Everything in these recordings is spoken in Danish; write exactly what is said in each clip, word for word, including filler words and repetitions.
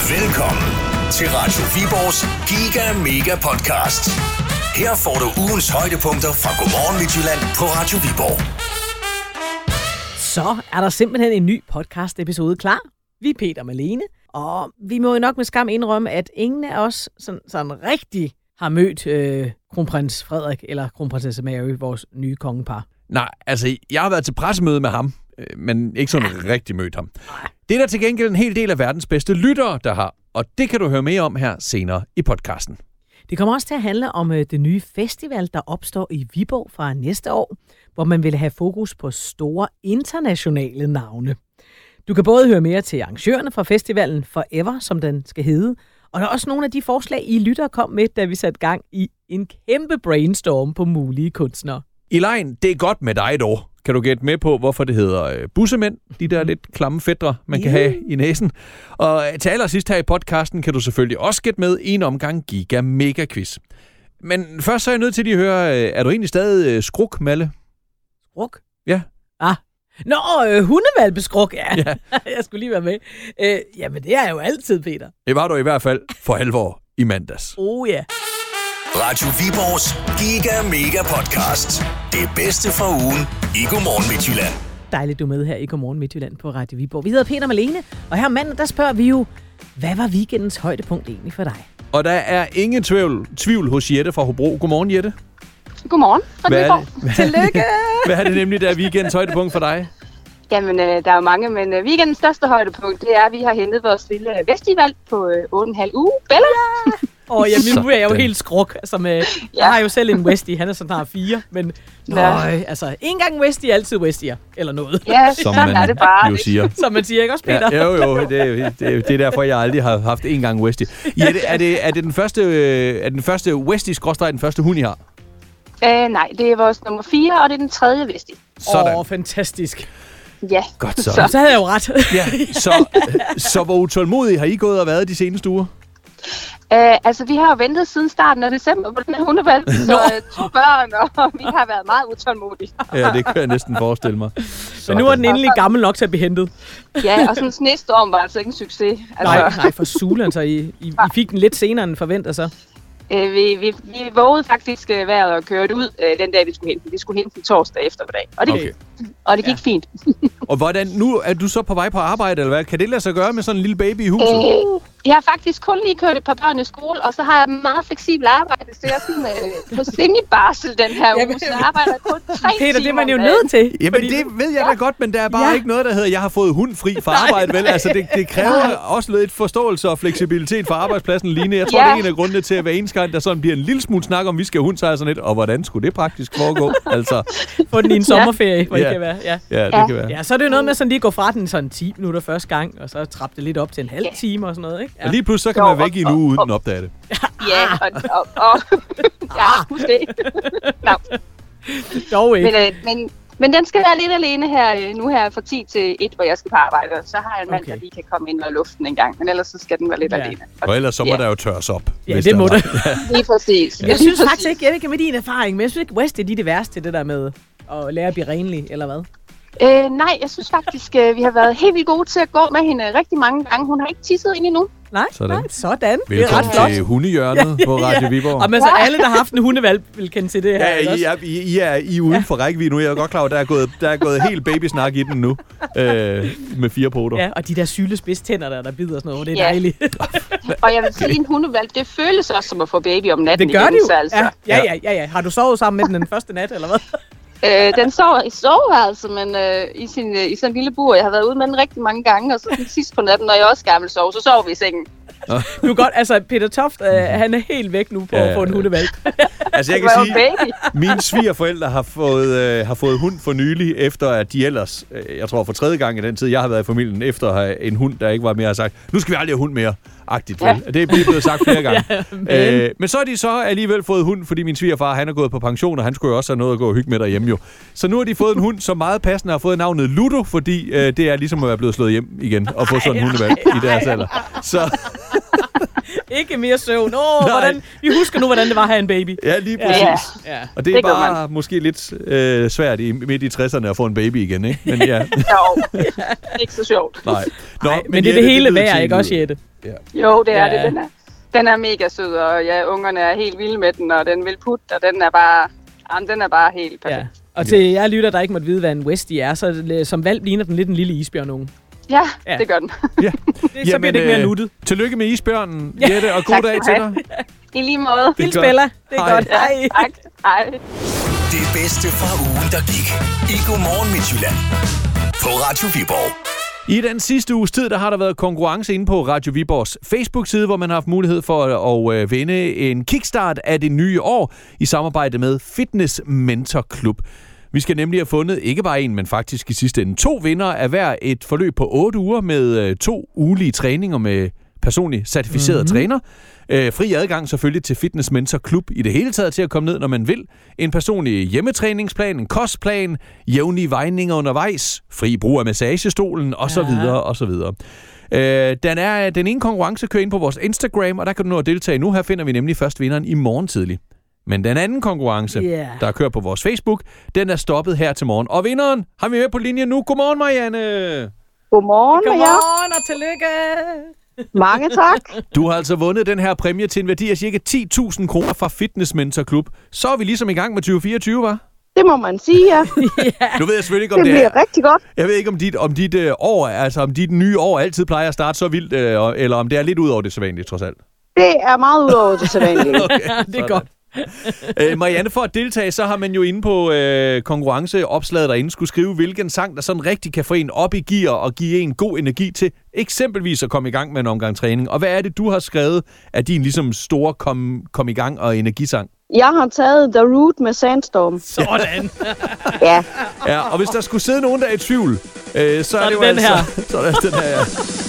Velkommen til Radio Viborgs Giga Mega Podcast. Her får du ugens højdepunkter fra Godmorgen Midtjylland på Radio Viborg. Så er der simpelthen en ny podcast-episode klar. Vi er Peter og Malene, og vi må jo nok med skam indrømme, at ingen af os sådan, sådan rigtig har mødt øh, kronprins Frederik eller kronprinsesse Mary, vores nye kongepar. Nej, altså, jeg har været til pressemøde med ham, men ikke sådan ja. rigtig mødt ham. Nej. Det er der til gengæld en hel del af verdens bedste lyttere, der har, og det kan du høre mere om her senere i podcasten. Det kommer også til at handle om øh, det nye festival, der opstår i Viborg fra næste år, hvor man vil have fokus på store internationale navne. Du kan både høre mere til arrangørerne fra festivalen Forever, som den skal hedde, og der er også nogle af de forslag, I lytter kom med, da vi satte gang i en kæmpe brainstorm på mulige kunstnere. Elaine, det er godt med dig dog. Kan du gætte med på, hvorfor det hedder øh, bussemænd? De der lidt klamme fætre, man kan have i næsen. Og til allersidst her i podcasten kan du selvfølgelig også gætte med i en omgang Giga Mega Quiz. Men først så er jeg nødt til lige at høre, øh, er du egentlig stadig øh, skruk, Malle? Skruk? Ja. Ah. Nå, øh, hundevalpeskruk, ja. ja. Jeg skulle lige være med. Øh, jamen, det er jo altid, Peter. Det var du i hvert fald for alvor i mandags. Oh ja. Yeah. Radio Viborgs Giga Mega Podcast. Det bedste fra ugen i Godmorgen Midtjylland. Dejligt, du er med her i Godmorgen Midtjylland på Radio Viborg. Vi hedder Peter og Malene, og her mandag, der spørger vi jo, hvad var weekendens højdepunkt egentlig for dig? Og der er ingen tvivl, tvivl hos Jette fra Hobro. Godmorgen, Jette. Godmorgen. Hvad er det, hvad, Tillykke! hvad er det nemlig, der er weekendens højdepunkt for dig? Jamen, øh, der er jo mange, men øh, weekendens største højdepunkt, det er, at vi har hentet vores lille festival på øh, otte og en halv uge. Bella! Åh, oh, jamen, nu er jeg jo helt skruk. Altså, med, ja. Jeg har jo selv en Westie, han er sådan her fire, men nøj, altså, en gang Westie, altid Westie, eller noget. Ja, som sådan man er det bare. Jo siger. Som man siger, ikke også, Peter? Ja, jo, jo, det er, det, er, det er derfor, jeg aldrig har haft en gang Westie. Ja, er, det, er, det, er det den første, er den første Westie-skråstreg den første hund, I har? Øh, nej, det er vores nummer fire, og det er den tredje Westie. Sådan. Åh, oh, fantastisk. Ja. Godt så. Så, så havde jeg jo ret. Ja, så, så hvor utålmodige har I gået og været de seneste uger? Uh, altså, vi har jo ventet siden starten af december på den her hundevalg, så uh, to børn, og vi har været meget utålmodige. Ja, det kan jeg næsten forestille mig. Så. Men nu er den endelig gammel nok til at blive hentet. Ja, og sådan en snestorm var altså ikke en succes. Altså. Nej, nej, for sulen, så I, I, I fik den lidt senere end forventet så. Uh, vi, vi, vi vågede faktisk uh, vejret og kørte ud uh, den dag, vi skulle hente den. Vi skulle hente den torsdag eftermiddag, og det, okay. og det gik ja. fint. Og hvordan, nu er du så på vej på arbejde, eller hvad? Kan det lade sig gøre med sådan en lille baby i huset? Uh, jeg har faktisk kun lige kørt et par børn i skole, og så har jeg meget fleksibel arbejde, så jeg er sådan uh, på semi-barsel den her uge, så jeg arbejder kun tre timer. Peter, det er man jo nødt til. Jamen, fordi... det ved jeg da godt, men der er bare ja. ikke noget, der hedder, jeg har fået hund fri fra arbejde, vel? Altså, det, det kræver også lidt forståelse og fleksibilitet for arbejdspladsen, Line. Jeg tror, ja. det er en af grundene til, at hver eneste gang, der sådan bliver en lille smule snak om, vi skal hund, så er sådan lidt, og hvordan skulle det praktisk foregå? Altså. Få den i en sommerferie, hvor ja. det kan være. Ja. ja, det ja. kan være. Ja, så er det jo noget med sådan lige at gå fra den sådan ti minutter første gang, og så trappe det lidt op til en halv time og sådan noget, ikke? Ja. Og lige pludselig, så kan man væk i en uge uden at opdage det. Ja, og, og, og ja, måske. no. Dog ikke. Men, øh, men, men den skal være lidt alene her, nu her fra ti til et, hvor jeg skal på arbejde, og så har jeg en mand, okay. der lige kan komme ind og luften en gang, men ellers så skal den være lidt ja. alene. Og, og ellers så må ja. der jo tørres op. Ja, det må det. Lige præcis. Jeg synes faktisk ikke, jeg ved ikke med din erfaring, men jeg synes ikke, West er de det værste til det der med at lære at blive renlig, eller hvad? Øh, nej, jeg synes faktisk, øh, vi har været helt vildt gode til at gå med hende rigtig mange gange. Hun har ikke tisset ind endnu. Nej, sådan. nej, sådan. Velkommen det er ret flot. Til hundehjørnet ja, på Radio Viborg. Og men så alle, der har haft en hundevalp, vil kende til det her. Ja, I, I, I er I uden for rækkevidde nu. Jeg er godt klar over, der er gået, der er gået helt babysnak i den nu. Øh, med fire poter. Ja, og de der sylespids-tænder, der, der bider sådan noget. Det er ja. dejligt. Og jeg vil sige, en hundevalp, det føles også som at få baby om natten. Det gør igen, det jo. Altså. Ja, ja, ja, ja, ja. Har du sovet sammen med den den første nat, eller hvad? Øh, den sover i soveværelset, men øh, i, sin, øh, i sådan en lille bur. Jeg har været ude med den rigtig mange gange, og så den sidst på natten, når jeg også gerne vil sove, så sover vi i sengen. Nu godt, altså Peter Toft, øh, han er helt væk nu på ja, at få en hundevalp. Altså jeg kan sige, mine svigerforældre har fået, øh, har fået hund for nylig, efter at de ellers, øh, jeg tror for tredje gang i den tid, jeg har været i familien, efter at have en hund, der ikke var mere, har sagt, nu skal vi aldrig have hund mere. Agtigt, ja. Det er blevet sagt flere gange. ja, men... Øh, men så har de så alligevel fået hund, fordi min svigerfar, han er gået på pension, og han skulle jo også have noget at gå og hygge med derhjemme jo. Så nu har de fået en hund, som meget passende har fået navnet Ludo, fordi øh, det er ligesom at være blevet slået hjem igen og få sådan en hundevalg i deres alder. Så... Ikke mere søvn. Åh, oh, hvordan, vi husker nu, hvordan det var at have en baby. Ja, lige præcis. Ja. Ja. Og det er det bare måske lidt øh, svært i, midt i tresserne at få en baby igen, ikke? Men ja. Jo, ikke så sjovt. Nej. Nå, Ej, men, men det er det, det hele værd, ikke også, Jette? Ja. Jo, det er ja. det. Den er, den er mega sød, og ja, ungerne er helt vilde med den, og den vil putte, og den er bare, jamen, den er bare helt perfekt. Ja. Og til jer lytter, der ikke måtte vide, hvad en Westie er, så som valg ligner den lidt en lille isbjørnunge. Ja, ja, det gør den. Ja. det, så bliver det ikke mere nuttet. Øh, tillykke med isbjørnen, Jette, og god tak, dag til dig. I lige måde. Hils Bella. Det er Hej. godt. Hej. Ja, tak. Hej. Det bedste fra ugen, der gik. I Godmorgen Midtjylland. På Radio Viborg. I den sidste uges tid, der har der været konkurrence inde på Radio Viborgs Facebook-side, hvor man har haft mulighed for at, at vinde en kickstart af det nye år i samarbejde med Fitness Mentor Club. Vi skal nemlig have fundet ikke bare en, men faktisk i sidste ende to vinder af hver et forløb på otte uger med to ugelige træninger med personlig certificeret mm-hmm. træner. Øh, fri adgang selvfølgelig til Fitness Mentor Club i det hele taget til at komme ned, når man vil. En personlig hjemmetræningsplan, en kostplan, jævnlige vejninger undervejs, fri brug af massagestolen osv. osv. Øh, den, er, den ene konkurrence kører ind på vores Instagram, og der kan du nå at deltage nu. Her finder vi nemlig først vinderen i morgen tidlig. Men den anden konkurrence, yeah. der kører på vores Facebook, den er stoppet her til morgen. Og vinderen har vi med på linjen nu. Godmorgen, Marianne. Godmorgen med jer. Godmorgen og tillykke. Mange tak. Du har altså vundet den her præmie til en værdi af cirka ti tusind kroner fra Fitness Mentor Club. Så er vi ligesom i gang med tyve fireogtyve, hva'? Det må man sige, ja. Nu ved jeg selvfølgelig ikke, om det, det bliver er. rigtig godt. Jeg ved ikke, om dit, om dit uh, år, altså om dit nye år altid plejer at starte så vildt, uh, eller om det er lidt ud over det sædvanlige, trods alt. Det er meget ud over det sædvanlige. Okay, det er godt. øh, Marianne, for at deltage, så har man jo inde på øh, konkurrenceopslaget derinde skulle skrive, hvilken sang, der sådan rigtig kan få en op i gear og give en god energi til eksempelvis at komme i gang med en omgang træning. Og hvad er det, du har skrevet af din ligesom store kom, kom i gang og energisang? Jeg har taget The Root med Sandstorm. Sådan. Ja. Ja, og hvis der skulle sidde nogen, der er i tvivl, øh, så, så er det jo den altså... her. Så er det den her, ja.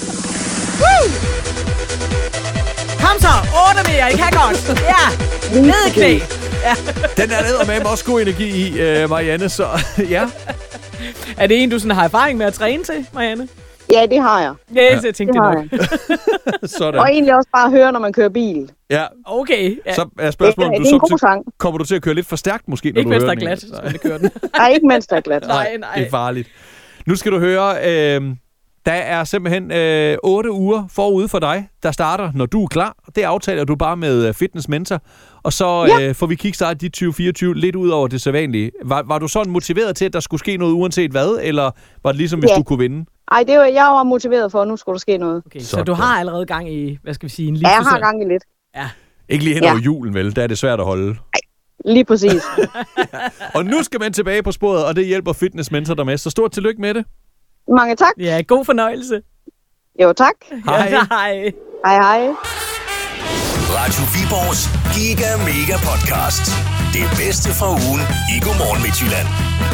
Kom så, otte mere, I kan godt. Ja, ned i knæ. Ja. Den er ned med også god energi i, uh, Marianne, så ja. Er det en, du sådan har erfaring med at træne til, Marianne? Ja, det har jeg. Ja, yes, jeg tænkte det, det nok. Sådan. Og egentlig også bare høre, når man kører bil. Ja. Okay. Ja. Så er spørgsmålet, det, du det er en god sang. Kommer du til at køre lidt for stærkt måske, når ikke du hører den? Ikke mens der er glat, skal køre den. Nej, ikke mens der er glat. Nej, nej. Det er farligt. Nu skal du høre... Øh, Der er simpelthen øh, otte uger forude for dig, der starter, når du er klar. Det aftaler du bare med Fitness Mentor. Og så ja. øh, får vi kickstart de tyve fireogtyve lidt ud over det sædvanlige. Var, var du sådan motiveret til, at der skulle ske noget uanset hvad? Eller var det ligesom, hvis ja. du kunne vinde? Nej, det var jeg var motiveret for, at nu skulle der ske noget. Okay, så, så du har allerede gang i, hvad skal vi sige, en livsforsøg? Ja, jeg har gang i lidt. Ja. Ikke lige hen over ja. julen, vel? Der er det svært at holde. Nej, lige præcis. Og nu skal man tilbage på sporet, og det hjælper Fitness Mentor dig med. Så stort tillykke med det. Mange tak. Ja, god fornøjelse. Jo, tak. Hej. Ja, hej. Hej, hej. Radio Viborgs Giga Mega Podcast. Det bedste fra ugen i Godmorgen Midtjylland.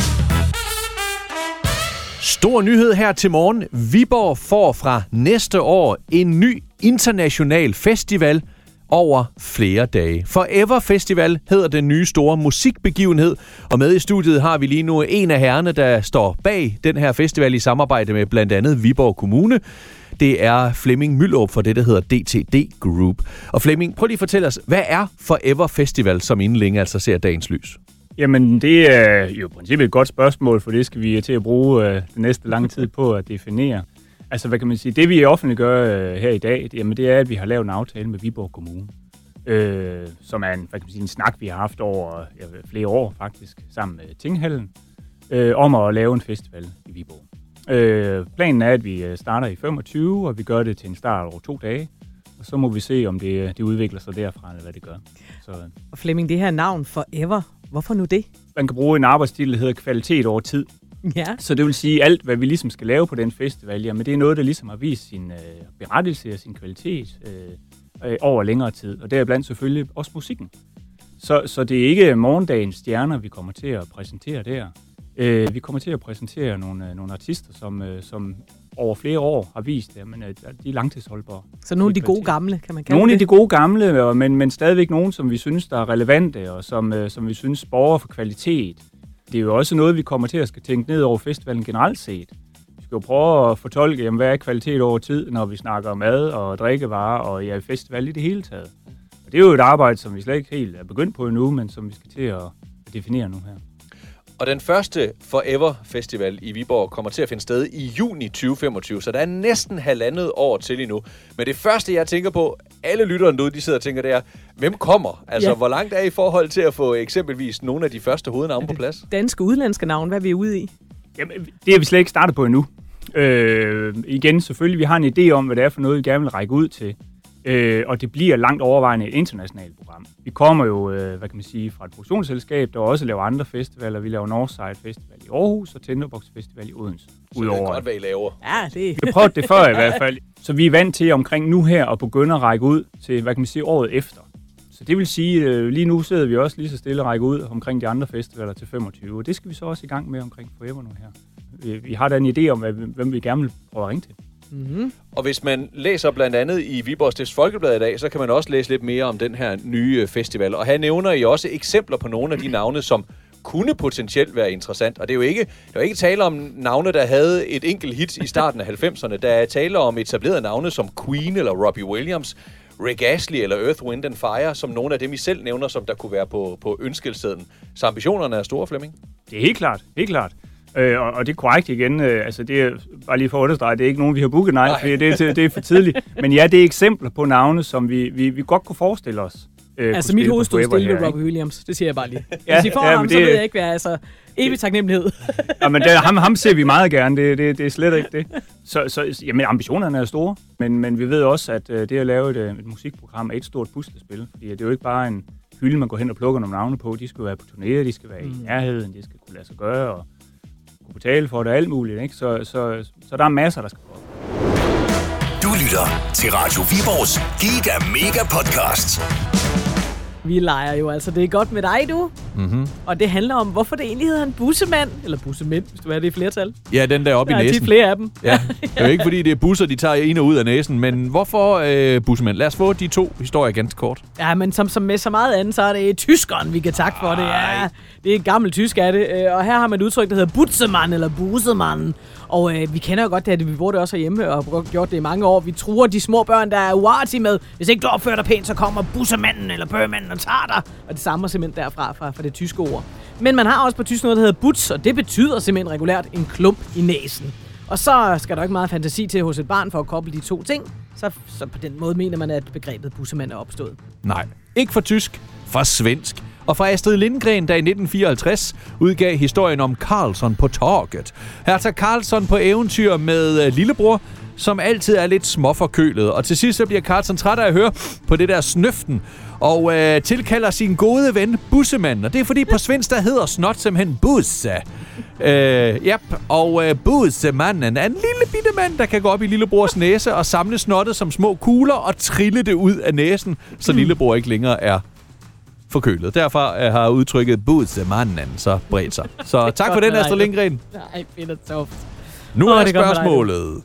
Stor nyhed her til morgen. Viborg får fra næste år en ny international festival over flere dage. Forever Festival hedder den nye store musikbegivenhed, og med i studiet har vi lige nu en af herrerne, der står bag den her festival i samarbejde med blandt andet Viborg Kommune. Det er Flemming Myllerup for det, der hedder D T D Group. Og Flemming, prøv lige at fortælle os, hvad er Forever Festival, som inden længe altså ser dagens lys? Jamen, det er jo i princippet et godt spørgsmål, for det skal vi til at bruge øh, den næste lange tid på at definere. Altså, hvad kan man sige? Det, vi offentligt gør øh, her i dag, det, jamen, det er, at vi har lavet en aftale med Viborg Kommune, øh, som er en, hvad kan man sige, en snak, vi har haft over ja, flere år faktisk, sammen med Tinghallen, øh, om at lave en festival i Viborg. Øh, planen er, at vi starter i femogtyve, og vi gør det til en start over to dage, og så må vi se, om det, det udvikler sig derfra, eller hvad det gør. Så, og Flemming, det her navn Forever, hvorfor nu det? Man kan bruge en arbejdsstil, der hedder kvalitet over tid. Ja. Så det vil sige, alt, hvad vi ligesom skal lave på den festival, jamen det er noget, der ligesom har vist sin øh, berettelse og sin kvalitet øh, øh, over længere tid. Og deriblandt selvfølgelig også musikken. Så, så det er ikke morgendagens stjerner, vi kommer til at præsentere der. Øh, vi kommer til at præsentere nogle, øh, nogle artister, som, øh, som over flere år har vist, at øh, de er langtidsholdbare. Så nogle af de gode gamle, kan man kalde Nogle det? af de gode gamle, men, men stadigvæk nogle, som vi synes, der er relevante, og som, øh, som vi synes borger for kvalitet. Det er jo også noget, vi kommer til at skal tænke ned over festivalen generelt set. Vi skal jo prøve at fortolke, jamen, hvad er kvalitet over tid, når vi snakker mad og drikkevarer og ja, festival i det hele taget. Og det er jo et arbejde, som vi slet ikke helt er begyndt på endnu, men som vi skal til at definere nu her. Og den første Forever Festival i Viborg kommer til at finde sted i juni tyve femogtyve, så der er næsten halvandet år til endnu. Men det første, jeg tænker på, alle lytterne derude, de sidder og tænker, det er, hvem kommer? Altså, ja. Hvor langt er I forhold til at få eksempelvis nogle af de første hovednavne på plads? Danske, udenlandske navne, hvad er vi ude i? Jamen, det er vi slet ikke startet på endnu. Øh, igen, selvfølgelig, vi har en idé om, hvad det er for noget, vi gerne vil række ud til. Øh, og det bliver langt overvejende et internationalt program. Vi kommer jo, øh, hvad kan man sige, fra et produktionsselskab, der også laver andre festivaler. Vi laver Northside Festival i Aarhus og Tinderbox Festival i Odense. Så det er godt, hvad I laver. Ja, det... Vi har prøvet det før i hvert fald. Så vi er vant til omkring nu her at begynde at række ud til, hvad kan man sige, året efter. Så det vil sige, øh, lige nu sidder vi også lige så stille og række ud omkring de andre festivaler til femogtyve. Og det skal vi så også i gang med omkring Forever nu her. Vi, vi har da en idé om, hvem vi gerne vil prøve at ringe til. Mm-hmm. Og hvis man læser blandt andet i Viborg Stifts Folkeblad i dag, så kan man også læse lidt mere om den her nye festival. Og her nævner I også eksempler på nogle af de navne, som kunne potentielt være interessant. Og det er jo ikke, det er jo ikke tale om navne, der havde et enkelt hit i starten af halvfemserne. Der er tale om etablerede navne som Queen eller Robbie Williams, Rick Astley eller Earth, Wind and Fire, som nogle af dem, I selv nævner, som der kunne være på, på ønskelseden. Så ambitionerne er store, Flemming? Det er helt klart, helt klart. Øh, og, og det er korrekt igen, øh, altså det er, bare lige for at understrege, det er ikke nogen, vi har booket, nej, nej. Fordi det, det, det er for tidligt. Men ja, det er eksempler på navne, som vi, vi, vi godt kunne forestille os. Øh, altså mit hoved stod stille ved Robbie Williams, det siger jeg bare lige. Ja, hvis I får ja, ham, det, så ved jeg ikke, hvad er altså evig taknemmelighed. Ja, men det, ham, ham ser vi meget gerne, det, det, det er slet ikke det. Så, så jamen, ambitionerne er store, men, men vi ved også, at uh, det at lave et, et musikprogram er et stort puslespil, fordi det er jo ikke bare en hylde, man går hen og plukker nogle navne på. De skal være på turnéer, de skal være mm. i nærheden, de skal kunne lade sig gøre og kunne betale for det og alt muligt, ikke? Så, så, så der er masser, der skal på. Du lytter til Radio Viborgs Giga Mega Podcast. Vi leger jo altså, det er godt med dig, du. Mm-hmm. Og det handler om, hvorfor det egentlig hedder en bussemand. Eller bussemænd, hvis du er det i flertal. Ja, den der oppe i næsen. Der er tit flere af dem. Ja, det er jo ikke fordi, det er busser, de tager ind og ud af næsen. Men hvorfor øh, bussemænd? Lad os få de to historier ganske kort. Ja, men som, som med så meget andet, så er det tyskeren, vi kan takke for det. Ja, det er et gammelt tysk af det. Og her har man et udtryk, der hedder bussemand eller bussemand. Og øh, vi kender jo godt det her, vi bruger det også hjemme og har gjort det i mange år. Vi truer de små børn, der er uartige med. Hvis ikke du opfører dig pænt, så kommer bussemanden eller bøgemanden og tager dig. Og det samme simpelthen derfra fra, fra det tyske ord. Men man har også på tysk noget, der hedder butz, og det betyder simpelthen regulært en klump i næsen. Og så skal der ikke meget fantasi til hos et barn for at koble de to ting. Så, så på den måde mener man, at begrebet bussemand er opstået. Nej, ikke for tysk, for svensk. Og fra Astrid Lindgren, der i nitten fireoghalvtreds udgav historien om Karlsson på Torget. Her tager Karlsson på eventyr med lillebror, som altid er lidt småforkølet. Og til sidst så bliver Karlsson træt af at høre på det der snøften, og øh, tilkalder sin gode ven Bussemanden. Og det er fordi på svensk, der hedder snot simpelthen Busse. Øh, yep. Og øh, Bussemanden er en lille bitte mand, der kan gå op i lillebrors næse og samle snottet som små kugler og trille det ud af næsen, så mm. lillebror ikke længere er forkølet. Derfor har udtrykket Bussemanden så bredt sig. Så tak for den, Astrid Lindgren. Nej, fedt og Nu er spørgsmålet: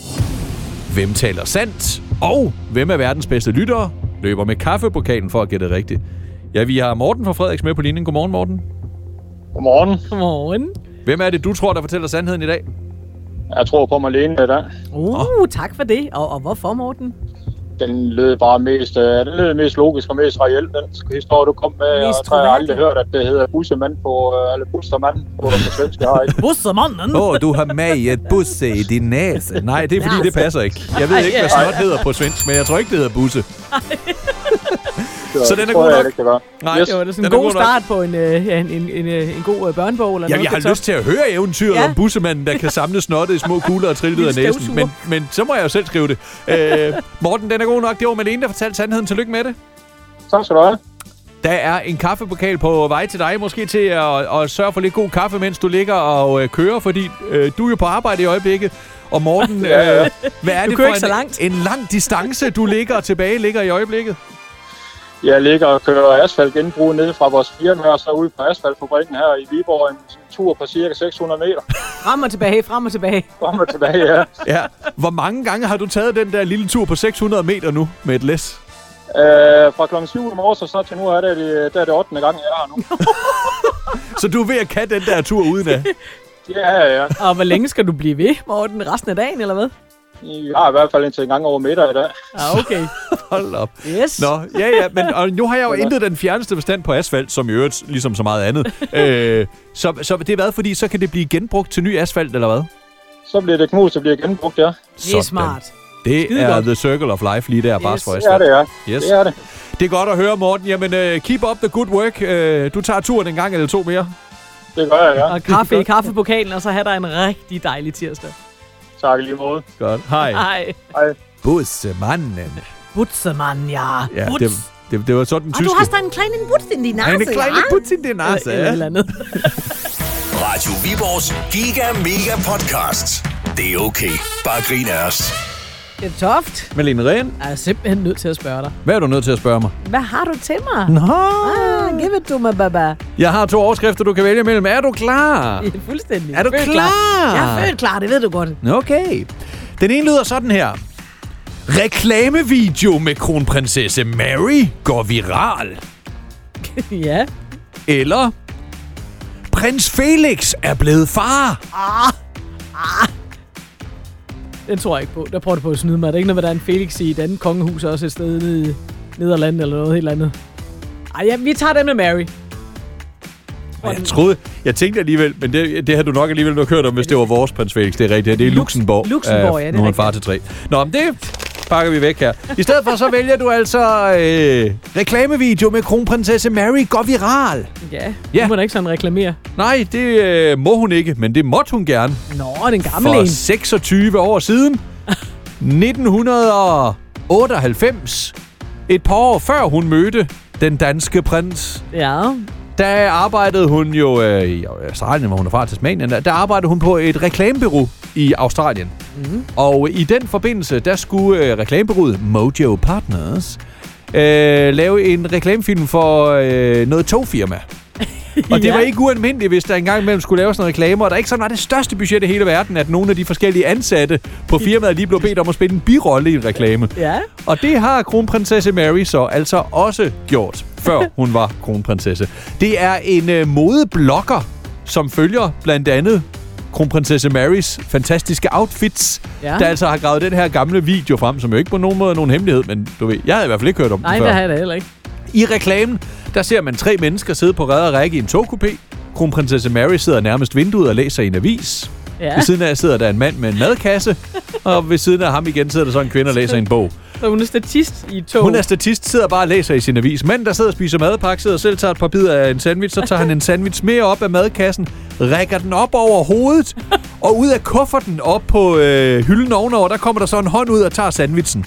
hvem taler sandt? Og hvem er verdens bedste lyttere? Løber med kaffepokalen for at gætte rigtigt. Ja, vi har Morten fra Frederiks med på linjen. Godmorgen, Morten. Godmorgen. Godmorgen. Hvem er det, du tror, der fortæller sandheden i dag? Jeg tror på Marlene i dag. Uh, oh. Tak for det. Og, og hvorfor, Morten? Den lød bare mest, uh, den lød mest logisk og mest reelt, den historie, du kom med. Mest og jeg har aldrig hørt, at det hedder bussemand på, uh, eller bussermand på det svenske her. Bussermanden? Åh, oh, du har med et busse i din næse. Nej, det er fordi, det passer ikke. Jeg ved ikke, hvad snot hedder på svensk, men jeg tror ikke, det hedder busse. Så den er god nok. Det, det Nej, yes. Det var sådan en god start på en, øh, en, en, en, en god øh, børnebog. Eller ja, noget. Jeg har lyst til at høre eventyret ja. om bussemanden, der kan samle snottet i små kugler og trille ud af næsen. Men, men så må jeg jo selv skrive det. Øh, Morten, den er god nok. Det var Malene, der fortalte sandheden. Tillykke med det. Tak skal du have. Der er en kaffepokal på vej til dig, måske til at, at sørge for lidt god kaffe, mens du ligger og øh, kører, fordi øh, du er jo på arbejde i øjeblikket. Og Morten, øh, hvad er du det for en, en lang distance, du ligger og tilbage ligger i øjeblikket? Jeg ligger og kører asfaltgenbrug ned fra vores firma og så ud på asfaltfabrikken her i Viborg. En tur på cirka seks hundrede meter. Frem og tilbage, frem og tilbage. Frem og tilbage, ja. ja. Hvor mange gange har du taget den der lille tur på seks hundrede meter nu med et læs? Øh, fra klokken syv om morges og så til nu er det, det, det er det ottende gang, jeg er her nu. Så du er ved at katte den der tur uden af? Ja, ja, ja. Og hvor længe skal du blive ved, Morten? Resten af dagen, eller hvad? Jeg har i hvert fald indtil en gang over middag i dag. Ah, okay. Hold op. Yes. Nå, ja, ja, men og nu har jeg jo intet den fjerneste forstand på asfalt, som i øvrigt, ligesom så meget andet. øh, så, så det er hvad, fordi så kan det blive genbrugt til ny asfalt, eller hvad? Så bliver det knust, så bliver det genbrugt, ja. Det er smart. Det Skide er godt. the circle of life lige der, yes. Bare for asfalt. Ja, det er. Yes. Det er det. Det er godt at høre, Morten. Jamen, uh, keep up the good work. Uh, du tager turen en gang eller to mere. Det gør jeg, ja. Og kaffe i kaffepokalen, og så have dig en rigtig dejlig tirsdag. Tak lige måde. Godt. Hej. Hej. Hej. Bussemannen. Butzmann, ja. Ja, Butz. det, det, det var sådan den Og tyske. du har en kleinen Butz in die Nase, En kleine ja? Butz in die Nase, Eller, ja. eller andet. Radio Viborgs Giga Mega Podcast. Det er okay. Bare grin af os. Det er toft. Malene Rehn, Jeg er simpelthen nødt til at spørge dig. hvad er du nødt til at spørge mig? Hvad har du til mig? Nå. Ah, give it to me, baba. Jeg har to overskrifter, du kan vælge mellem. Er du klar? Ja, fuldstændig. Er du Følt klar? Jeg er følt klar, det ved du godt. Okay. Den ene lyder sådan her. Reklamevideo med kronprinsesse Mary går viral. Ja. Eller prins Felix er blevet far. Ah. Ah. Den tror jeg ikke på. Der prøver du på at snyde mig. Der er ikke noget, der er en Felix i et andet kongehus, også et sted nede i Nederland eller noget helt andet. Ej, ja, vi tager den med Mary. Jeg troede, jeg tænkte alligevel, men det, det havde du nok alligevel nok hørt om, hvis det var vores prins Felix. Det er rigtigt. Det er Luxembourg. Luxembourg, ja, det er nu er han rigtigt. far til tre. Nå, men det pakker vi væk her. I stedet for så vælger du altså øh, reklamevideo med kronprinsesse Mary går viral. Ja, Ja. du må da ikke sådan reklamere. Nej, det øh, må hun ikke, men det måtte hun gerne. Nå, den gamle For en. seksogtyve år siden, nitten otteoghalvfems, et par år før hun mødte den danske prins, Ja. der arbejdede hun jo øh, i Australien, hvor hun er fra Tasmanien, der, der arbejdede hun på et reklamebureau i Australien. Mm. Og i den forbindelse, der skulle øh, reklamebureauet Mojo Partners øh, lave en reklamefilm for øh, noget togfirma. Og det Ja. var ikke ualmindeligt, hvis der engang imellem skulle laves sådan en reklame, og der ikke sådan var det største budget i hele verden, at nogle af de forskellige ansatte på firmaet lige blev bedt om at spille en birolle i en reklame. Ja. Og det har kronprinsesse Mary så altså også gjort, før hun var kronprinsesse. Det er en øh, modeblogger, som følger blandt andet kronprinsesse Marys fantastiske outfits, Ja. der altså har gravet den her gamle video frem, som jo ikke på nogen måde er nogen hemmelighed, men du ved, jeg havde i hvert fald ikke hørt om Nej, den før. det har jeg da heller ikke. I reklamen, der ser man tre mennesker sidde på ræd og række i en togkupé. Kronprinsesse Mary sidder nærmest vinduet og læser i en avis. Ja. Ved siden af sidder der en mand med en madkasse, og ved siden af ham igen sidder der så en kvinde og læser en bog. Så hun er statist i et tog. Hun er statist, sidder bare og læser i sin avis. Manden, der sidder og spiser madpakke, sidder og selv tager et par bidder af en sandwich, så tager han en sandwich mere op af madkassen, rækker den op over hovedet, og ud af kufferten op på øh, hylden ovenover, der kommer der så en hånd ud og tager sandwichen.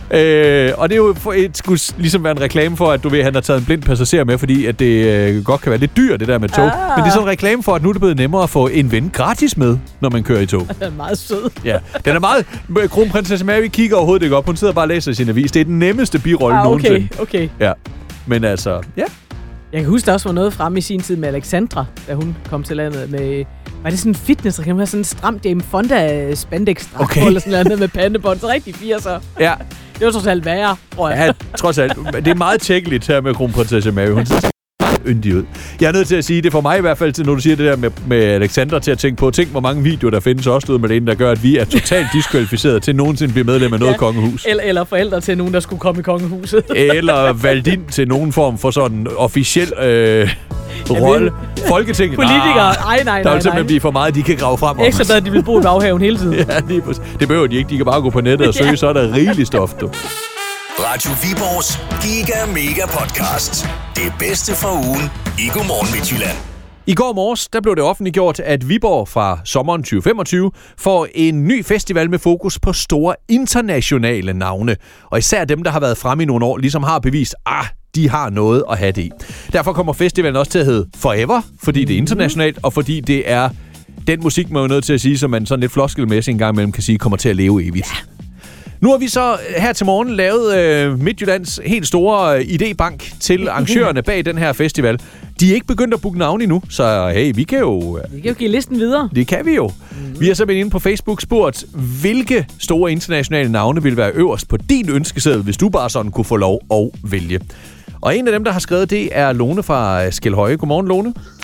Øh, og det er jo for, et skulle ligesom være en reklame for, at du ved, at han har taget en blind passager med, fordi at det øh, godt kan være lidt dyrt, det der med tog. Ah. Men det er sådan en reklame for, at nu er det blevet nemmere at få en ven gratis med, når man kører i tog. Den er meget sød. Ja, den er meget... Kronprinsesse Mary kigger overhovedet ikke op. Hun sidder bare og læser sin avis. Det er den nemmeste birolle Ah, okay, nogensinde. okay. Ja, men altså, ja. Jeg kan huske, der også var noget fremme i sin tid med Alexandra, da hun kom til landet med... Var det sådan en fitnessreklame? Sådan en stram Jane Fonda spandex Okay. eller sådan noget med pandebånd. Så rigtig firser. Ja, Det var trods alt værre, tror jeg. ja, trods alt. Det er meget tjekkeligt her med kronprinsesse Mary. Hun ser meget yndig ud. Jeg er nødt til at sige, det får mig i hvert fald, til, når du siger det der med, med Alexandra, til at tænke på, tænk hvor mange videoer, der findes også ud med det, der gør, at vi er totalt diskvalificeret til nogensinde blive medlem af noget Ja. kongehus. Eller, eller forældre til nogen, der skulle komme i kongehuset. Eller valgt ind til nogen form for sådan officiel øh, rolle. Folketinget. Politikere. Ah, Ej, nej, der nej, vil simpelthen nej. blive for meget, de kan grave frem om os. Ekstra, at de vil bo i baghaven hele tiden. Ja, lige præcis. Det behøver de ikke. De kan bare gå på nettet og søge, Ja. så er der rigeligt stof, du. Radio Viborgs Giga Mega Podcast. Det bedste fra ugen i Godmorgen Midtjylland. I går morges, der blev det offentliggjort, at Viborg fra sommeren tyve femogtyve får en ny festival med fokus på store internationale navne. Og især dem, der har været fremme i nogle år, ligesom har bevist, ah, de har noget at have det i. Derfor kommer festivalen også til at hedde Forever, fordi det er internationalt, og fordi det er den musik, man er nødt til at sige, som man sådan lidt floskelmæssigt en gang imellem kan sige, kommer til at leve evigt. Ja. Nu har vi så her til morgen lavet øh, Midtjyllands helt store øh, idébank til arrangørerne bag den her festival. De er ikke begyndt at booke navne endnu, så hey, vi kan jo... Øh, Vi kan jo give listen videre. det kan vi jo. Mm. Vi har simpelthen inde på Facebook spurgt, hvilke store internationale navne vil være øverst på din ønskeseddel, hvis du bare sådan kunne få lov at vælge. Og en af dem, der har skrevet, det er Lone fra Skelhøje. Godmorgen, Lone.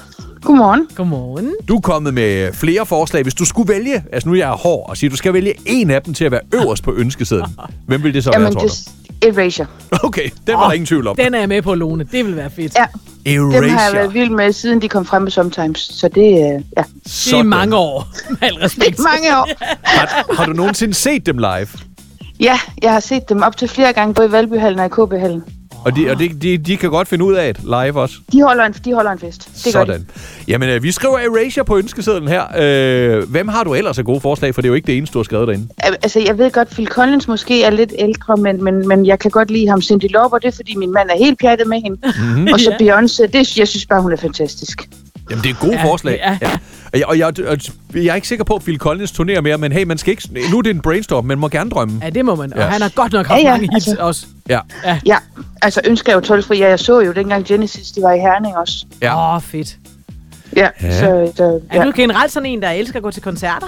Godmorgen. Godmorgen. Du er kommet med flere forslag. Hvis du skulle vælge, altså nu er jeg hård og siger, du skal vælge en af dem til at være øverst på ønskesedlen. Hvem vil det så Jamen, være, tror du? det Erasure. Okay, den var oh, der ingen tvivl om. Den er jeg med på, Lone. Det vil være fedt. Ja. Erasure. Dem har jeg været vild med, siden de kom frem med Sometimes. Så det, øh, ja. Det er mange år. Med al respekt. Det er mange år. har, har du nogensinde set dem live? Ja, jeg har set dem op til flere gange, både i Valbyhallen og i K B-hallen. Og, de, og de, de, de kan godt finde ud af et live også? De holder en, de holder en fest. Det Sådan. gør de. Jamen, øh, vi skriver Erasure på ønskesedlen her. Øh, hvem har du ellers af gode forslag? For det er jo ikke det eneste, du har skrevet derinde. Altså, jeg ved godt, Phil Collins måske er lidt ældre, men, men, men jeg kan godt lide ham. Cyndi Lauper, det er, fordi min mand er helt pjattet med hende. Mm-hmm. Og så ja. Beyoncé, det, jeg synes bare, hun er fantastisk. Jamen, det er gode ja, forslag. Ja. Ja. Og, jeg, og, jeg, og jeg er ikke sikker på, at Phil Collins turnerer mere, men hey, man skal ikke, nu er det en brainstorm, men må gerne drømme. Ja, det må man. Og ja. han har godt nok haft ja, ja, mange hits altså, også. Ja. ja. Ja, altså ønsker jeg jo tolvfri. Ja, jeg så jo dengang Genesis, de var i Herning også. Åh, ja. oh, fedt. Ja, ja. Så, så, ja. Er du generelt sådan en, der elsker at gå til koncerter?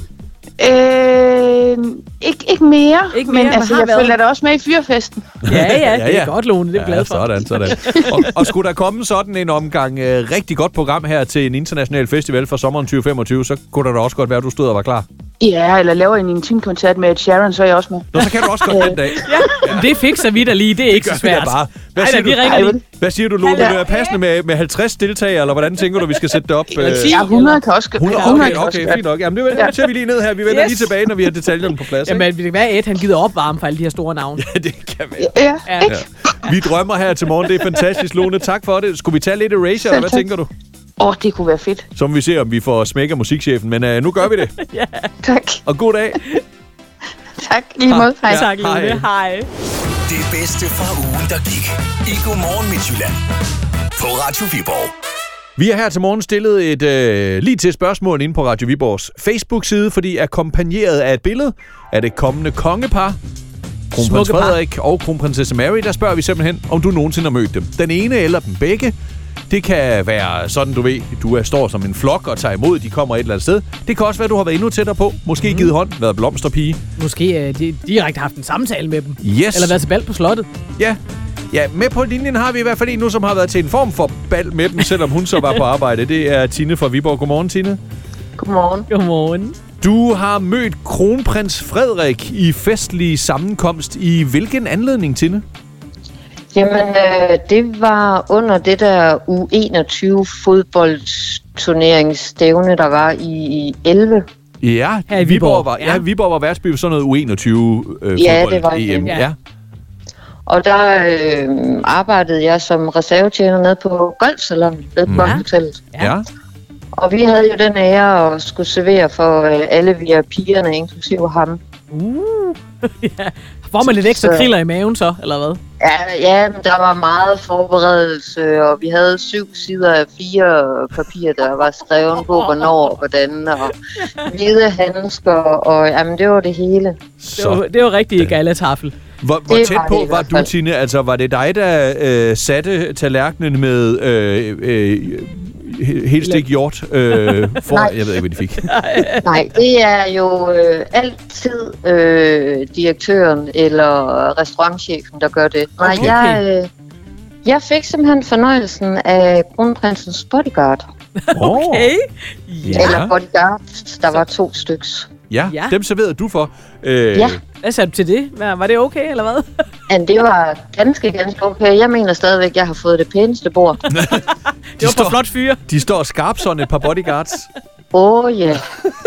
Øh, ikke, ikke mere, ikke mere, men altså, jeg været. følger da også med i fyrfesten. Ja, ja, ja, det er godt, Lone, det er ja, glad for. Sådan, sådan. og, og skulle der komme sådan en omgang øh, rigtig godt program her til en international festival for sommeren tyve femogtyve, så kunne der da også godt være, at du stod og var klar. Ja, eller laver en intimkoncert med Ed Sheeran, så er jeg også med. Nå, så kan du også godt den dag. Ja, ja. Det fikser vi da lige, det er ikke så svært. Bare. Hvad, Ej, siger da, du? Hvad siger du, Lone? Vil det være passende med, med halvtreds deltagere, eller hvordan tænker du, vi skal sætte det op? Ja, hundrede kan også. hundrede, okay, okay, okay, fint nok. Jamen, det vender ja. vi lige ned her. Vi vender yes. lige tilbage, når vi har detaljerne på plads. Jamen, det kan være, Ed, han gider opvarme for alle de her store navne. Ja, det kan være. Ja, ja. ja. Vi drømmer her til morgen. Det er fantastisk, Lone. Tak for det. Skulle vi tage lidt Erasure, eller hvad tænker du? Åh, oh, det kunne være fedt. Så må vi se, om vi får smæk af musikchefen. Men uh, nu gør vi det. ja. Tak. Og god dag. Tak, lige måde. Hej. Ja, tak, Lone. Hej. Hej. Det bedste fra ugen, der gik i Godmorgen Midtjylland på Radio Viborg. Vi har her til morgen stillet et øh, lige til spørgsmål inde på Radio Viborgs Facebook-side, fordi akkompagneret af et billede af det kommende kongepar, kronprins Frederik og kronprinsesse Mary, der spørger vi simpelthen, om du nogensinde har mødt dem. Den ene eller dem begge. Det kan være sådan, du ved, du er, står som en flok og tager imod, de kommer et eller andet sted. Det kan også være, du har været endnu tættere på. Måske mm. givet hånd, været blomsterpige. Måske uh, de, direkte haft en samtale med dem. Yes. Eller været til bal på slottet. Ja. Ja, med på linjen har vi i hvert fald en nu, som har været til en form for bal med dem, selvom hun så var på arbejde. Det er Tine fra Viborg. Godmorgen, Tine. Godmorgen. Godmorgen. Du har mødt kronprins Frederik i festlig sammenkomst. I hvilken anledning, Tine? Jamen, øh, det var under det der U enogtyve fodboldturneringsstævne, der var i, i elleve. Ja, her i Viborg. Viborg var, ja. Ja, Viborg var værtsby for sådan noget U enogtyve øh, ja, fodbold det var E M. det. Ja. Ja. Og der øh, arbejdede jeg som reservetjener nede på Golfsalon, nede på ja. hotellet. Ja. Og vi havde jo den ære at skulle servere for øh, alle vi er pigerne, inklusive ham. Uh, ja. Får man lidt ekstra kriller i maven så, eller hvad? Ja, ja, men der var meget forberedelse, og vi havde syv sider af fire papirer, der var skrevet på, hvornår og hvordan, og hvide handsker, og jamen, det var det hele. Det var, det var rigtig galatafel. Hvor, hvor tæt på var du, Tine? Altså, var det dig, der øh, satte tallerkenen med øh, øh, helt stik hjort øh, for? Nej. Jeg ved ikke, hvad de fik. Nej, det er jo øh, altid øh, direktøren eller restaurantchefen, der gør det. Nej, okay. jeg, øh, jeg fik simpelthen fornøjelsen af kronprinsens bodyguard. Okay. Ja. Eller bodyguard, der var to styks. Ja, ja, dem serverede du for. Øh, ja. Hvad sagde du til det? Var det okay, eller hvad? Ja, det var ganske, ganske okay. Jeg mener stadigvæk, at jeg har fået det pæneste bord. det var står, på flot fyre. De står skarpt sådan et par bodyguards. Åh, oh, ja. Yeah.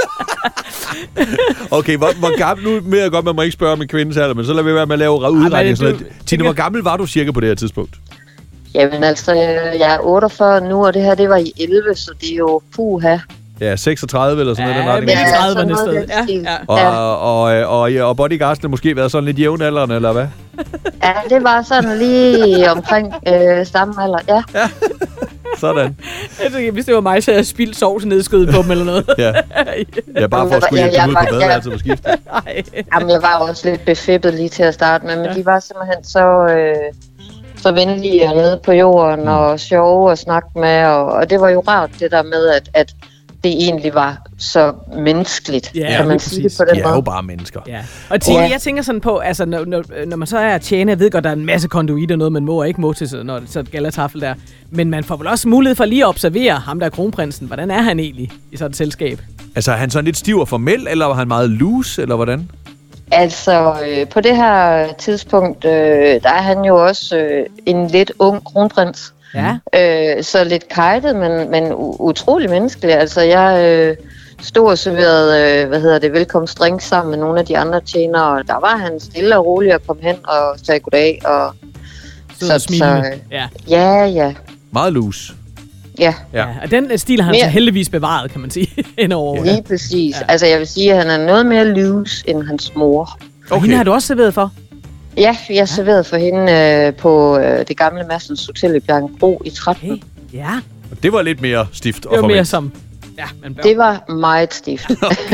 Okay, hvor, hvor gammel... Nu med jeg godt, man må ikke spørge om en kvindes alder, men så lader vi være med at lave udregning. Ja, Tine, hvor gammel var du cirka på det her tidspunkt? Jamen altså, jeg er otteogfyrre nu, og det her, det var i elleve, så det er jo puha. Ja, seksogtredive eller sådan noget. Ja, den ja, trediverne sted. Ja, ja. Og, og, og, og, og bodyguardsene måske været sådan lidt jævnaldrende, eller hvad? Ja, det var sådan lige omkring øh, samme alder, ja. Ja, sådan. Hvis det var mig, så havde jeg spildt sovsen ned i skødet på dem eller noget. Ja, ja bare for at skulle hjælpe dem ud på badeværelset på skift. Jamen, jeg var også lidt befippet lige til at starte med, men ja. De var simpelthen så... Øh, så venlige og nede på jorden og sjove at snakke med, og, og det var jo rart det der med, at, at det egentlig var så menneskeligt, Ja, kan man præcis. sige det på den De er måde. jo bare mennesker. Ja. Og Tine, Ja. jeg tænker sådan på, altså når, når, når man så er tjener, jeg ved godt, der er en masse konduiter, noget man må og ikke må til sådan, når det så et gallertafel der. Men man får vel også mulighed for lige at observere ham, der er kronprinsen. Hvordan er han egentlig i sådan et selskab? Altså, er han sådan lidt stiv og formel, eller var han meget loose, eller hvordan? Altså, øh, på det her tidspunkt, øh, der er han jo også øh, en lidt ung kronprins. Ja. Øh, så lidt kajtet, men, men u- utrolig menneskelig. Altså, jeg øh, stod og serverede, øh, hvad hedder det, velkomstdrink sammen med nogle af de andre tjenere, og der var han stille og rolig og kom hen og sagde goddag. Og, Sød og smilende. øh, Ja. ja, ja, Meget loose. ja, Ja. Ja. Og den stil har han Mere- så heldigvis bevaret, kan man sige, ind over årene. lige præcis. Ja. Ja. Altså, jeg vil sige, at han er noget mere loose end hans mor. Og hende har du også serveret for? Ja, jeg serverede for hende øh, på øh, det gamle Madsens Hotel i Bjerringbro i tretten. Okay. Ja, Det var lidt mere stift og det var mere formelt. som... Ja, men Det var meget stift.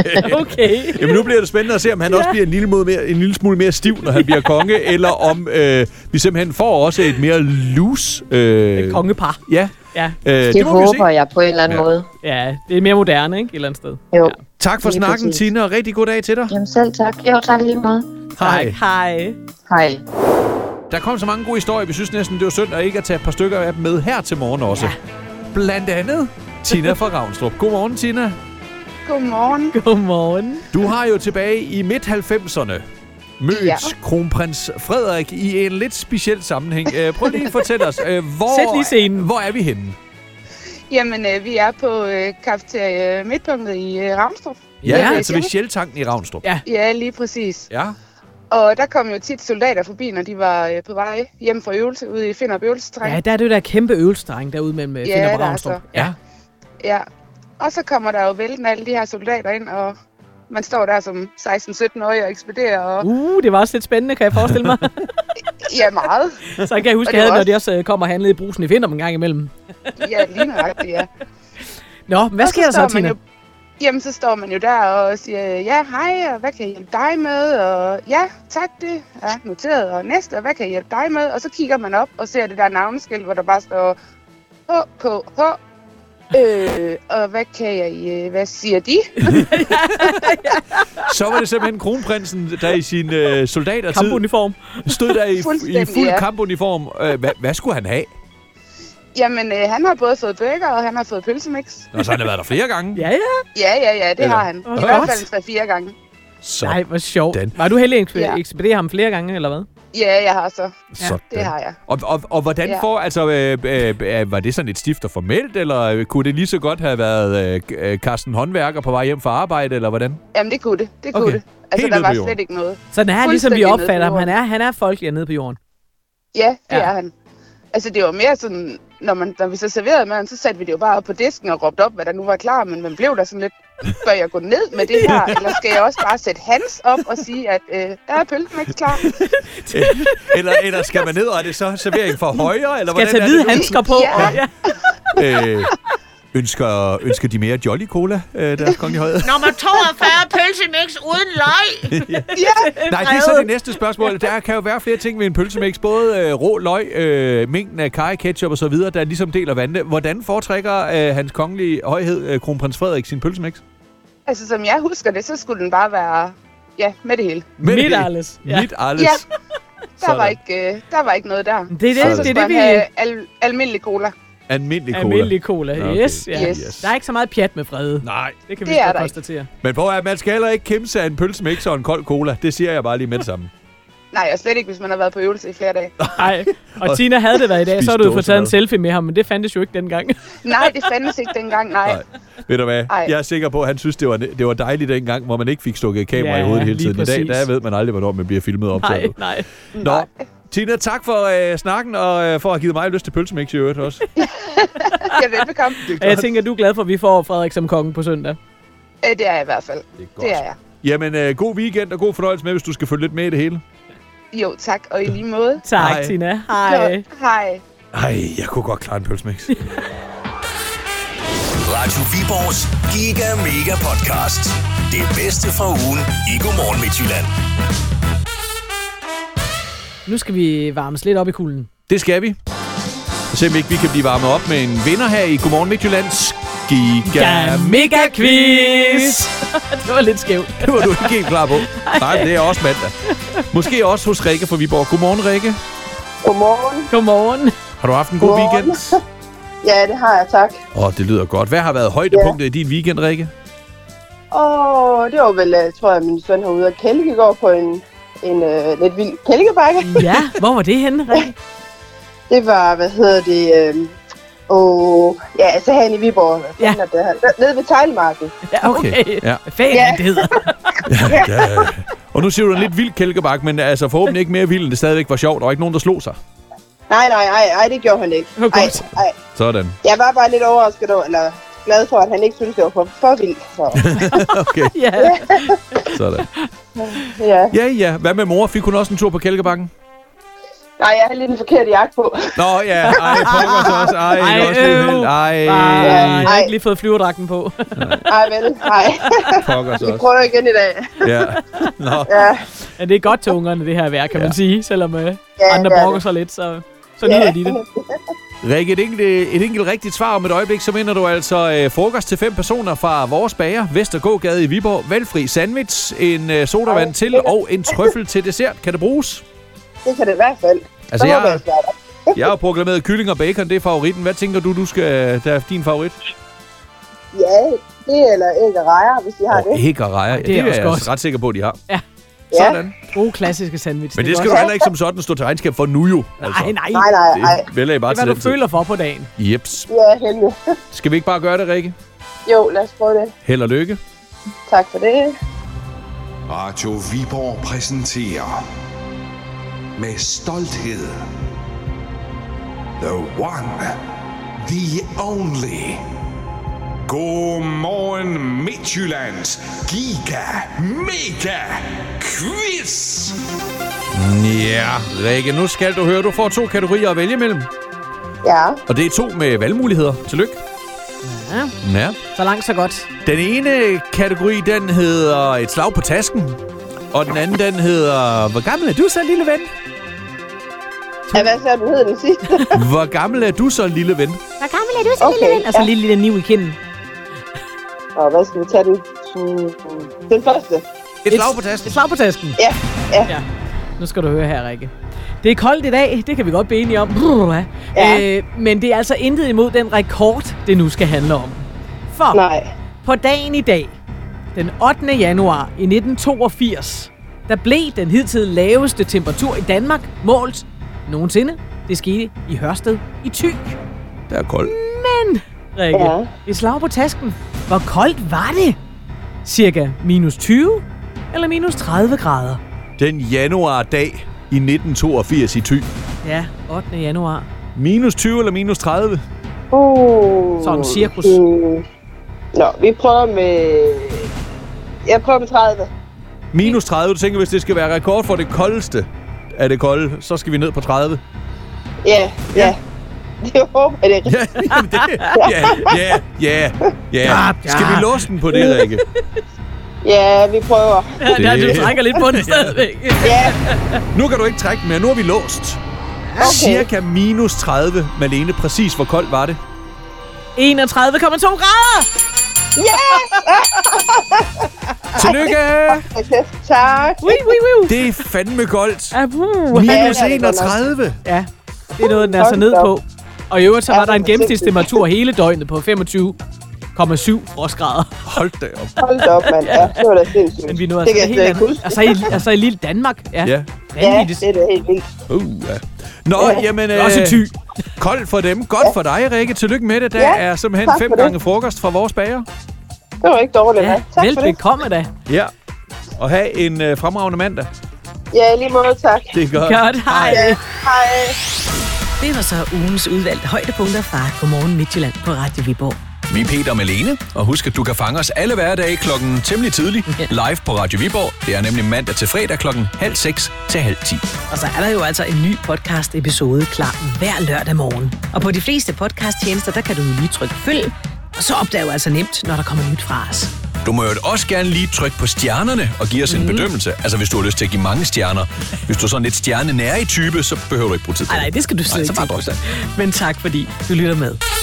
okay. Jamen nu bliver det spændende at se, om han ja. også bliver en lille, måde mere, en lille smule mere stiv, når han bliver konge, eller om øh, vi simpelthen får også et mere loose... Øh, Kongepar. ja, Ja. øh, det, Det må vi håber se. jeg på en eller anden Ja. måde. Ja, det er mere moderne, ikke? Et eller andet sted. Jo. Ja. Tak for Lige snakken, præcis. Tina, og rigtig god dag til dig. Jamen selv tak. Jo, tak lige meget. Hej. Tak. Hej. Hej. Der kom så mange gode historier, vi synes næsten, det var synd at ikke at tage et par stykker af dem med her til morgen også. Ja. Blandt andet Tina fra Ravnstrup. Godmorgen, Tina. Godmorgen. Godmorgen. Du har jo tilbage i midt halvfemserne mødt ja. Ja. kronprins Frederik i en lidt speciel sammenhæng. Uh, prøv lige at fortælle os, uh, hvor, Sæt lige scenen. hvor er vi henne? Jamen, øh, vi er på øh, Cafeteria Midtpunktet i øh, Ravnstrup. Ja, Ja. altså ved Shell-tanken i Ravnstrup. Ja. Ja, lige præcis. Ja. Og der kom jo tit soldater forbi, når de var øh, på vej hjem fra øvelse ude i Finderup øvelsesterræn. Ja, der er det jo der kæmpe øvelsesterræn derude mellem ja, Ja, Finderup og der er Ravnstrup. så. Ja. Ja. Og så kommer der jo vælten alle de her soldater ind, og man står der som seksten-sytten-årig og ekspederer. Og... Uh, det var også lidt spændende, kan jeg forestille mig. Ja, meget. Så kan jeg huske, Og det jeg havde, var når også- de også øh, kom og handlede i Brugsen i Finderup en gang imellem. Ja, lige nøjagtigt, ja. Nå, hvad Og sker der så, står man Tina? Jo, jamen, så står man jo der og siger, ja, hej, og hvad kan jeg hjælpe dig med? Og ja, tak, det er noteret. Og næste, og hvad kan jeg hjælpe dig med? Og så kigger man op og ser det der navneskilt, hvor der bare står H K H. Øh, og hvad kan jeg, øh, hvad siger de? Så var det simpelthen kronprinsen, der i sin øh, soldatertid Kampuniform. stod der i, i Fuldstændig, fuld ja. kampuniform. Øh, hvad, hvad skulle han have? Jamen, øh, han har både fået burger, og han har fået pølsemix. Nå, så han har været der flere gange. Ja, ja. Ja, ja, ja, det Eller- har han. Åh, I hvert godt. fald tre-fire gange. Så, Nej, hvor sjovt. Den. Var du heldig at eksp- Ja. ekspedere ham flere gange, eller hvad? Ja, jeg har så. sådan. Det har jeg. Og, og, og hvordan Ja. får, altså, øh, øh, øh, var det sådan et stift og formelt, eller øh, kunne det lige så godt have været øh, øh, Carsten Håndværker på vej hjem fra arbejde, eller hvordan? Jamen, det kunne det. Det kunne Okay. det. Altså, Helt der nede var på jorden. slet ikke noget. Så den er ligesom vi Fuldstændig nede opfatter på ham. Han jorden. er, han er folkelig nede på jorden. Ja, det Ja. ja. er han. Altså, det var mere sådan, når, man, når vi så serverede maden, så satte vi det jo bare op på disken og råbte op, hvad der nu var klar, men man blev der sådan lidt, bør jeg gå ned med det her, eller skal jeg også bare sætte hans op og sige, at øh, der er pølsemix klar? eller, eller skal man ned, og er det så servering for højre, eller Skal jeg hvordan tage er hvide det nu? handsker på? Ja. ja. Øh, ønsker, ønsker de mere Jolly Cola, øh, deres kongelige højhed? Nummer toogfyrre pølsemix uden løg. Nej, det er så det næste spørgsmål. Der kan jo være flere ting ved en pølsemix. Både øh, rå løg, øh, mængden af karry, ketchup og så videre, der ligesom deler vandene. Hvordan foretrækker øh, hans kongelige højhed, øh, kronprins Frederik, sin pølsemix? Altså, som jeg husker det, så skulle den bare være, ja, med det hele. Med Midt det- alles. Ja. Midt alles. Ja. Der Sådan. var, ikke, øh, der var ikke noget der. Det er det, Og det, så er skulle det vi... han have al, almindelig cola. Almindelig cola. Almindelig cola. Okay. Yes, ja. Yes. Der er ikke så meget pjat med Frede. Nej. Det kan vi Det er godt der konstatere. Men prøv at man skal heller ikke kæmpe sig af en pølsemix og en kold cola. Det siger jeg bare lige med det samme. Nej, og slet ikke, hvis man har været på øvelse i flere dage. Nej. Og Tina havde det været i dag, Spis så havde du jo fået dåsemad. taget en selfie med ham, men det fandtes jo ikke dengang. Nej, det fandtes ikke dengang, nej. Nej. Ved du hvad? Ej. Jeg er sikker på, at han synes, det var, det var dejligt dengang, hvor man ikke fik stukket kamera Ja, i hovedet hele lige tiden. I dag, præcis. der ved man aldrig, hvornår man bliver filmet og Nej, optaget. nej. Nå, Tina, tak for øh, snakken, og øh, for at have givet mig lyst til pølsemix i øvrigt også. Ja, velbekomme. Og jeg tænker, du er glad for, at vi får Frederik som konge på søndag. Øh, Det er jeg i hvert fald. Det er godt. Det er jeg. Jamen, øh, god weekend og god fornøjelse med, hvis du skal følge lidt med i det hele. Jo, tak. Og i lige måde. Tak, Hej. Tina. Hej. Jo, hej. Ej, jeg kunne godt klare en pølsemix. Radio Viborgs Giga Mega Podcast. Det bedste fra ugen i Godmorgen Midtjylland. Nu skal vi varmes lidt op i kulden. Det skal vi. Og se om ikke vi kan blive varmet op med en vinder her i Godmorgen Midtjyllands Giga Mega Quiz! Det var lidt skævt. Det var du ikke helt klar på. Nej, men det er også mandag. Måske også hos Rikke fra Viborg. Godmorgen, Rikke. Godmorgen. Godmorgen. Har du haft en god Godmorgen. weekend? Ja, det har jeg, tak. Åh, oh, det lyder godt. Hvad har været højdepunktet ja. i din weekend, Rikke? Åh, oh, det var vel, jeg tror jeg, min søn har ude at kælke i går på en, en uh, lidt vild kælkebakke. Ja, hvor var det henne, Rikke? Det var, hvad hedder det, øh, og ja, altså herinde i Viborg. Ja. Det her. Nede ved Teglmarken. Ja, okay. okay. Ja. Hvad fanden ja. det hedder? ja, ja. Og nu siger du en lidt vild kælkebakke, men altså forhåbentlig ikke mere vild, end det stadigvæk var sjovt. Der var ikke nogen, der slog sig. Nej, nej, nej, nej, det gjorde han ikke. Ej, ej. Sådan. Jeg var bare lidt overrasket over, eller glad for, at han ikke syntes, det var for, for vildt. Så. Okay. Ja. Sådan. Ja. Ja, ja. Hvad med mor? Fik hun også en tur på kælkebakken? Nej, jeg har lidt en forkert jakke på. Nå ja, ej, pokker så også. Ej, ej, også lidt vildt. Ej. Ej, jeg har ikke lige fået flyverdragten på. Nej, vel, nej. Pokker så også. Vi prøver igen i dag. Ja. Nå. Ja. Ja, det er godt til ungerne, det her vejr, kan ja. man sige. Selvom uh, ja, andre brokker sig lidt, så, så ja. nyder de det. Rikke, et enkelt, et enkelt rigtigt svar om et øjeblik, så vinder du altså øh, frokost til fem personer fra vores bager, Vestergågade i Viborg. Valgfri sandwich, en øh, sodavand Ej, til og en trøffel til dessert. Kan det bruges? Det kan det i hvert fald. Altså, jeg, jeg har proklameret kylling og bacon, det er favoritten. Hvad tænker du, du skal, der er din favorit? Ja, det eller æg og rejer, hvis de har oh, det. Æg og rejer, ja, det, det er jeg godt. ret sikker på, at de har. Ja. Sådan. Gode klassiske sandwich. Men det skal du heller ikke som sådan stå til regnskab for nu jo. Altså. Nej, nej. Nej, nej, nej. Det vælger I bare det er, til hvad den du føler for på dagen. Jeps. Ja, heldig. Skal vi ikke bare gøre det, Rikke? Jo, lad os prøve det. Held og lykke. Tak for det. Radio Viborg præsenterer med stolthed The One, The Only. Godmorgen Midtjyllands Giga Mega Quiz. Ja, Rikke, nu skal du høre, du får to kategorier at vælge mellem. Ja. Og det er to med valgmuligheder. Tillykke. Ja. Ja. Så langt, så godt. Den ene kategori, den hedder et slag på tasken. Og den anden, den hedder, hvor gammel er du så, lille ven? Ja, hvad så du hed den sidste? Hvor gammel er du så, lille ven? Hvor gammel er du så, okay, lille ven? Og så ja. lille, lille niv i kinden. Og hvad skal vi tage den? Den første. Et slag på tasken. Et slag på tasken. Ja, ja. ja. Nu skal du høre her, Rikke. Det er koldt i dag, det kan vi godt blive enige om. Ja. Øh, men det er altså intet imod den rekord, det nu skal handle om. For Nej. på dagen i dag, den ottende januar i nitten toogfirs, der blev den hidtil laveste temperatur i Danmark målt nogensinde. Det skete i Hørsted i Thy. Det er koldt. Men, Rikke, ja. et slag på tasken. Hvor koldt var det? Cirka minus tyve eller minus tredive grader? Den januardag i nitten toogfirs i Thy. Ja, ottende januar. Minus tyve eller minus tredive? Uh, Sådan cirkus. Uh. Nå, vi prøver med... Jeg prøver med tredive. Minus tredive. Du tænker, hvis det skal være rekord for det koldeste af det kolde, så skal vi ned på tredive. Ja, ja. Det håber jeg, det er ja, det, ja, ja, ja, ja. Skal vi låse den på det, Rikke? Ja, vi prøver. Ja, du trækker lidt på den stadigvæk. Ja. Nu kan du ikke trække mere. Nu er vi låst. Okay. Cirka minus tredive. Malene, præcis hvor koldt var det? enogtredive komma to grader! Yes! Tillykke! Tak. Ui, ui, ui. Det er fandme koldt. Ja, uh. minus enogtredive. Ja, det er noget, den er så ned på. Og i øvrigt, så var der en gennemsnitstemperatur hele døgnet på femogtyve komma syv frostgrader. Hold da op. Hold da op, mand. Ja, det var da sindssygt. Men vi nåede altså helt andet. Altså i, altså i lille Danmark. Ja, ja. ja det er da helt vildt. Uh, ja. Nå, ja. jamen... Øh, også Thy. Koldt for dem. Godt ja. for dig, Rikke. Tillykke med det. Der ja, er simpelthen fem gange frokost fra vores bager. Det var ikke dårligt, ja. Tak velbekomme da. Ja. Og have en øh, fremragende mandag. Ja, lige måde, tak. Det er godt. Godt, hej. Ja, hej. Det var så ugens udvalgte højdepunkter fra Godmorgen Midtjylland på Radio Viborg. Vi er Peter og Malene, og husk, at du kan fange os alle hverdage klokken temmelig tidligt live på Radio Viborg. Det er nemlig mandag til fredag klokken halv seks til halv ti. Og så er der jo altså en ny podcast-episode klar hver lørdag morgen. Og på de fleste podcast-tjenester, der kan du jo lige trykke følg, og så opdager du altså nemt, når der kommer nyt fra os. Du må jo også gerne lige trykke på stjernerne og give os en mm. bedømmelse. Altså, hvis du har lyst til at give mange stjerner. Hvis du er sådan lidt stjernenære i type, så behøver du ikke bruge tid på det. Nej, nej, det skal du slet ikke. Nej, så bare drop det. Men tak, fordi du lytter med.